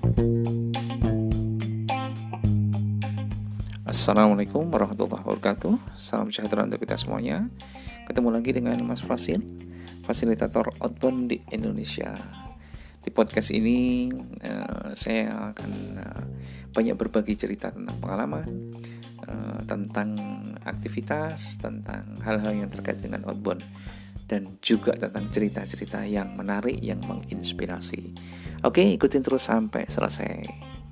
Assalamualaikum warahmatullahi wabarakatuh. Salam sejahtera untuk kita semuanya. Ketemu lagi dengan Mas Fasil, fasilitator outbound di Indonesia. Di podcast ini saya akan banyak berbagi cerita tentang pengalaman, tentang aktivitas, tentang hal-hal yang terkait dengan outbound, dan juga tentang cerita-cerita yang menarik, yang menginspirasi. Oke, ikutin terus sampai selesai.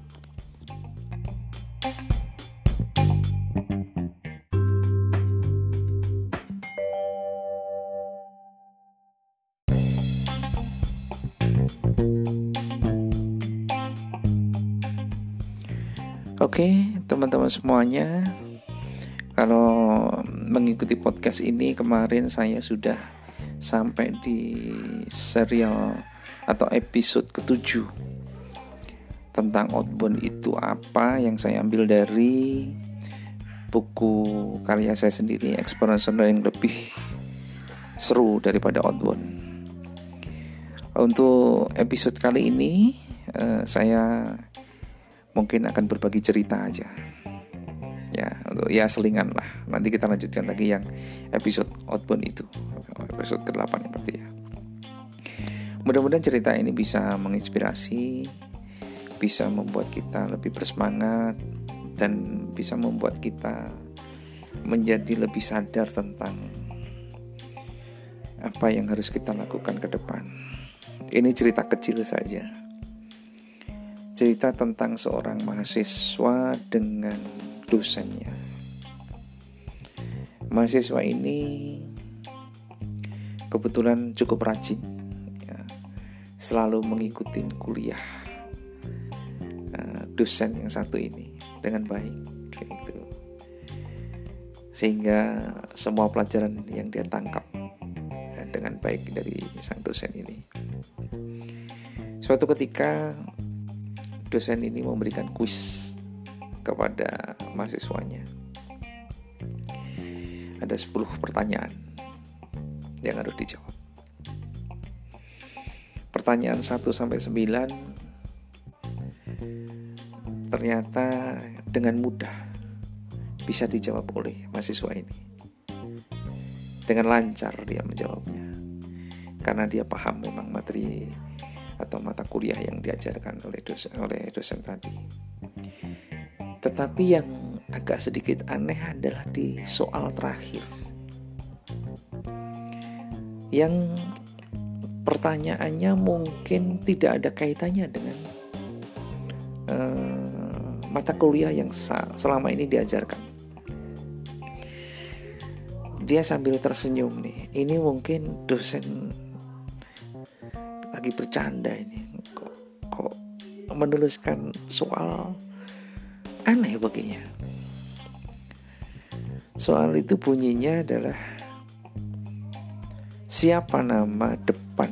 Oke, teman-teman semuanya, kalau mengikuti podcast ini kemarin saya sudah sampai di serial atau episode ke-7 tentang outbound itu apa, yang saya ambil dari buku karya saya sendiri, Experience yang lebih seru daripada outbound. Untuk episode kali ini saya mungkin akan berbagi cerita aja ya, selingan lah. Nanti kita lanjutkan lagi yang episode outbound itu, episode ke-8 ya berarti ya. Mudah-mudahan cerita ini bisa menginspirasi, bisa membuat kita lebih bersemangat, dan bisa membuat kita menjadi lebih sadar tentang apa yang harus kita lakukan ke depan. Ini cerita kecil saja, cerita tentang seorang mahasiswa dengan dosennya. Mahasiswa ini kebetulan cukup rajin ya, selalu mengikuti kuliah dosen yang satu ini dengan baik gitu. Sehingga semua pelajaran yang dia tangkap dengan baik dari sang dosen ini. Suatu ketika dosen ini memberikan kuis kepada mahasiswanya. Ada 10 pertanyaan yang harus dijawab. Pertanyaan 1-9 ternyata dengan mudah bisa dijawab oleh mahasiswa ini. Dengan lancar dia menjawabnya, karena dia paham memang materi atau mata kuliah yang diajarkan oleh dosen tadi. Tetapi yang agak sedikit aneh adalah di soal terakhir, yang pertanyaannya mungkin tidak ada kaitannya dengan mata kuliah yang selama ini diajarkan. Dia sambil tersenyum nih. Ini mungkin dosen lagi bercanda ini. Kok menuliskan soal aneh baginya. Soal itu bunyinya adalah, siapa nama depan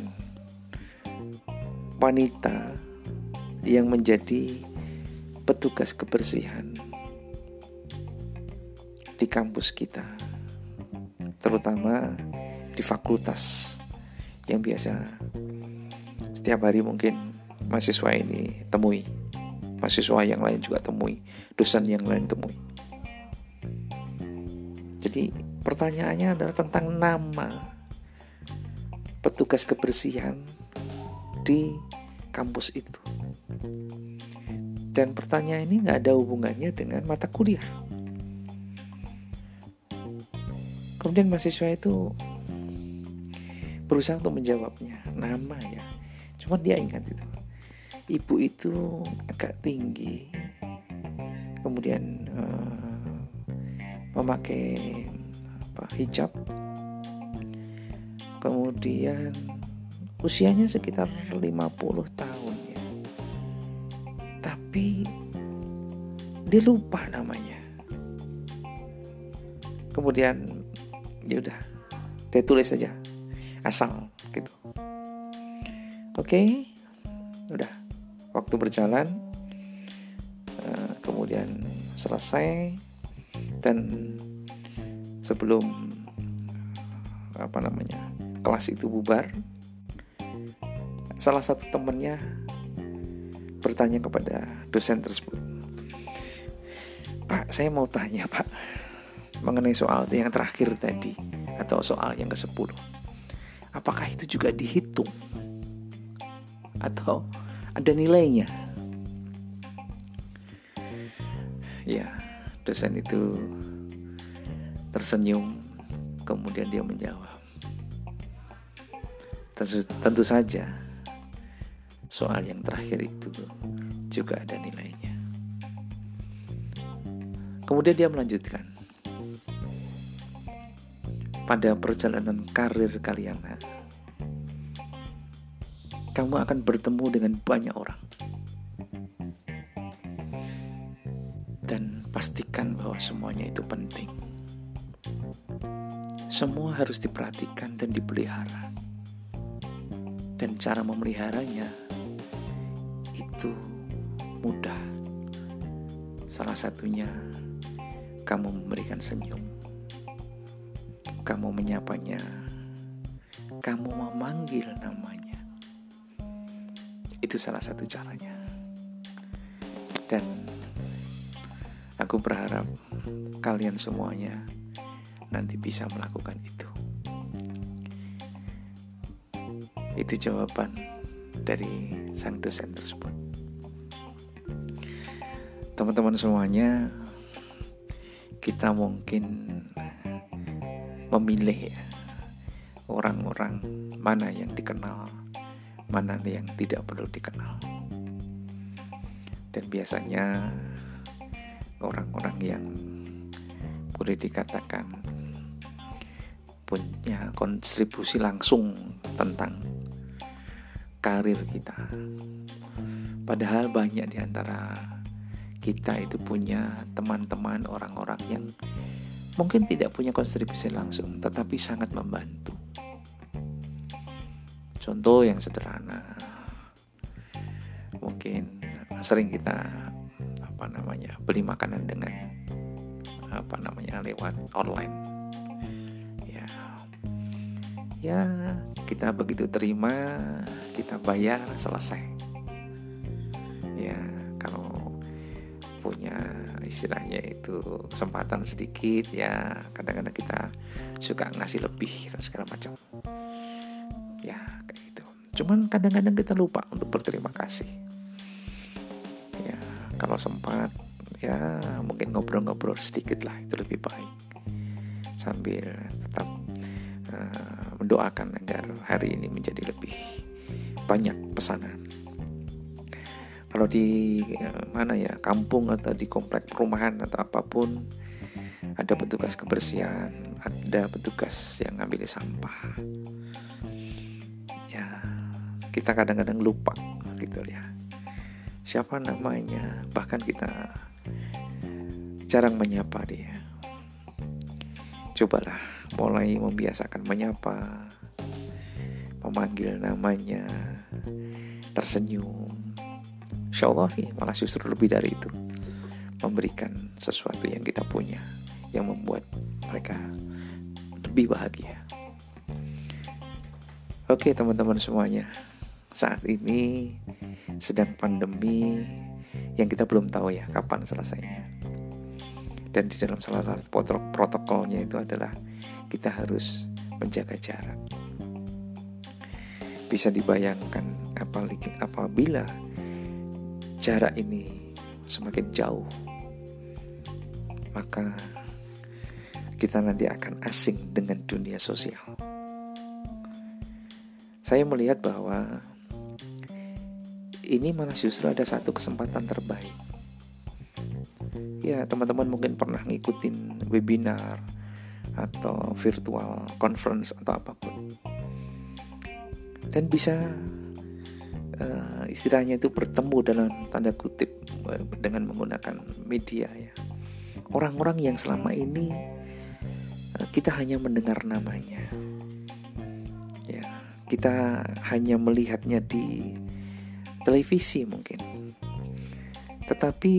wanita yang menjadi petugas kebersihan di kampus kita, terutama di fakultas yang biasa setiap hari mungkin mahasiswa ini temui, mahasiswa yang lain juga temui, dosen yang lain temui. Jadi pertanyaannya adalah tentang nama petugas kebersihan di kampus itu. Dan pertanyaan ini gak ada hubungannya dengan mata kuliah. Kemudian mahasiswa itu berusaha untuk menjawabnya, nama ya. Cuma dia ingat itu, ibu itu agak tinggi, kemudian memakai hijab, kemudian usianya sekitar 50 tahun ya. Tapi dia lupa namanya. Kemudian ya udah, dia tulis saja asal gitu. Oke, udah, waktu berjalan, kemudian selesai, dan sebelum kelas itu bubar, salah satu temannya bertanya kepada dosen tersebut, "Pak, saya mau tanya Pak, mengenai soal yang terakhir tadi, atau soal yang ke-10. Apakah itu juga dihitung? Atau ada nilainya?" Ya, dosen itu tersenyum, kemudian dia menjawab, Tentu saja soal yang terakhir itu juga ada nilainya." Kemudian dia melanjutkan, "Pada perjalanan karir kalian, kamu akan bertemu dengan banyak orang. Dan pastikan bahwa semuanya itu penting. Semua harus diperhatikan dan dipelihara. Dan cara memeliharanya itu mudah. Salah satunya, kamu memberikan senyum. Kamu menyapanya. Kamu memanggil namanya. Itu salah satu caranya. Dan aku berharap kalian semuanya nanti bisa melakukan itu." Itu jawaban dari sang dosen tersebut. Teman-teman semuanya, kita mungkin memilih orang-orang mana yang dikenal, mana yang tidak perlu dikenal. Dan biasanya orang-orang yang boleh dikatakan punya kontribusi langsung tentang karir kita. Padahal banyak di antara kita itu punya teman-teman, orang-orang yang mungkin tidak punya kontribusi langsung, tetapi sangat membantu. Contoh yang sederhana, mungkin sering kita beli makanan dengan lewat online. Ya, kita begitu terima, kita bayar, selesai. Ya, kalau punya istilahnya itu kesempatan sedikit, ya kadang-kadang kita suka ngasih lebih dan segala macam. Ya, kayak gitu. Cuman kadang-kadang kita lupa untuk berterima kasih. Ya, kalau sempat, ya mungkin ngobrol-ngobrol sedikit lah, itu lebih baik. Sambil tetap mendoakan agar hari ini menjadi lebih banyak pesanan. Kalau di kampung atau di komplek perumahan atau apapun, ada petugas kebersihan, ada petugas yang ngambil sampah. Ya, kita kadang-kadang lupa gitu ya. Siapa namanya, bahkan kita jarang menyapa dia. Cobalah mulai membiasakan menyapa, memanggil namanya, tersenyum. Insya Allah sih malah justru lebih dari itu, memberikan sesuatu yang kita punya, yang membuat mereka lebih bahagia. Oke teman-teman semuanya, saat ini sedang pandemi yang kita belum tahu ya kapan selesainya. Dan di dalam salah satu protokolnya itu adalah kita harus menjaga jarak. Bisa dibayangkan apabila jarak ini semakin jauh, maka kita nanti akan asing dengan dunia sosial. Saya melihat bahwa ini malah justru ada satu kesempatan terbaik. Ya, teman-teman mungkin pernah ngikutin webinar atau virtual conference atau apapun, dan bisa istilahnya itu bertemu dalam tanda kutip dengan menggunakan media ya. Orang-orang yang selama ini kita hanya mendengar namanya, ya, kita hanya melihatnya di televisi mungkin, tetapi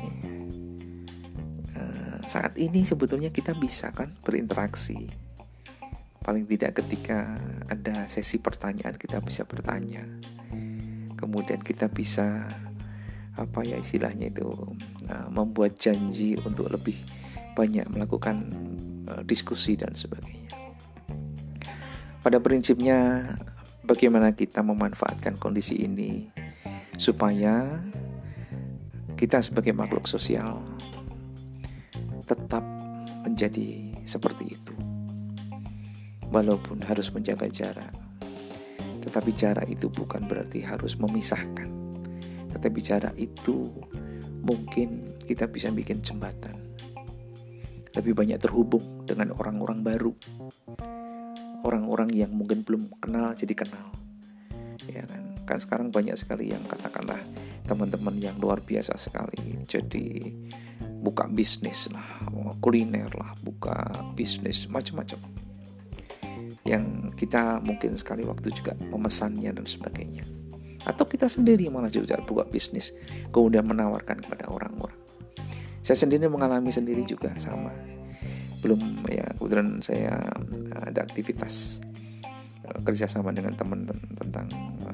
saat ini sebetulnya kita bisa kan berinteraksi. Paling tidak ketika ada sesi pertanyaan kita bisa bertanya. Kemudian kita bisa istilahnya itu, membuat janji untuk lebih banyak melakukan diskusi dan sebagainya. Pada prinsipnya, bagaimana kita memanfaatkan kondisi ini supaya kita sebagai makhluk sosial tetap menjadi seperti itu. Walaupun harus menjaga jarak, tetapi jarak itu bukan berarti harus memisahkan. Tetapi jarak itu mungkin kita bisa bikin jembatan, lebih banyak terhubung dengan orang-orang baru, orang-orang yang mungkin belum kenal jadi kenal. Ya kan sekarang banyak sekali yang katakanlah teman-teman yang luar biasa sekali, jadi buka bisnis lah, kuliner lah, buka bisnis macam-macam, yang kita mungkin sekali waktu juga memesannya dan sebagainya. Atau kita sendiri malah juga buka bisnis, kemudian menawarkan kepada orang-orang. Saya sendiri mengalami sendiri juga sama. Belum ya, kebetulan saya ada aktivitas kerjasama dengan teman tentang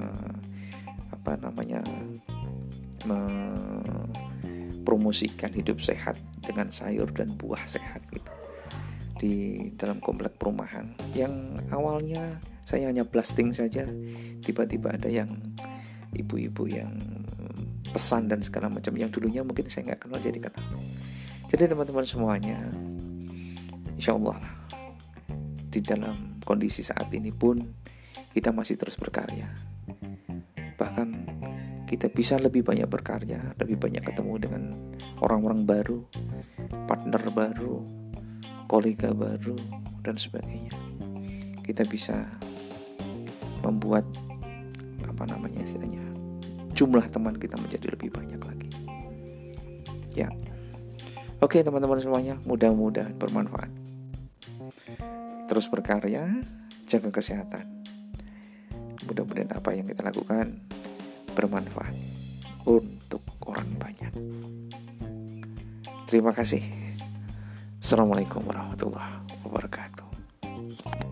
mempromosikan hidup sehat dengan sayur dan buah sehat gitu di dalam komplek perumahan. Yang awalnya saya hanya blasting saja, tiba-tiba ada yang ibu-ibu yang pesan dan segala macam, yang dulunya mungkin saya nggak kenal jadi kenal. Jadi teman-teman semuanya, insya Allah di dalam kondisi saat ini pun kita masih terus berkarya. Bahkan kita bisa lebih banyak berkarya, lebih banyak ketemu dengan orang-orang baru, partner baru, kolega baru dan sebagainya. Kita bisa membuat istilahnya jumlah teman kita menjadi lebih banyak lagi. Ya. Oke teman-teman semuanya, mudah-mudahan bermanfaat. Terus berkarya, jaga kesehatan. Mudah-mudahan apa yang kita lakukan bermanfaat untuk orang banyak. Terima kasih. Assalamualaikum warahmatullahi wabarakatuh.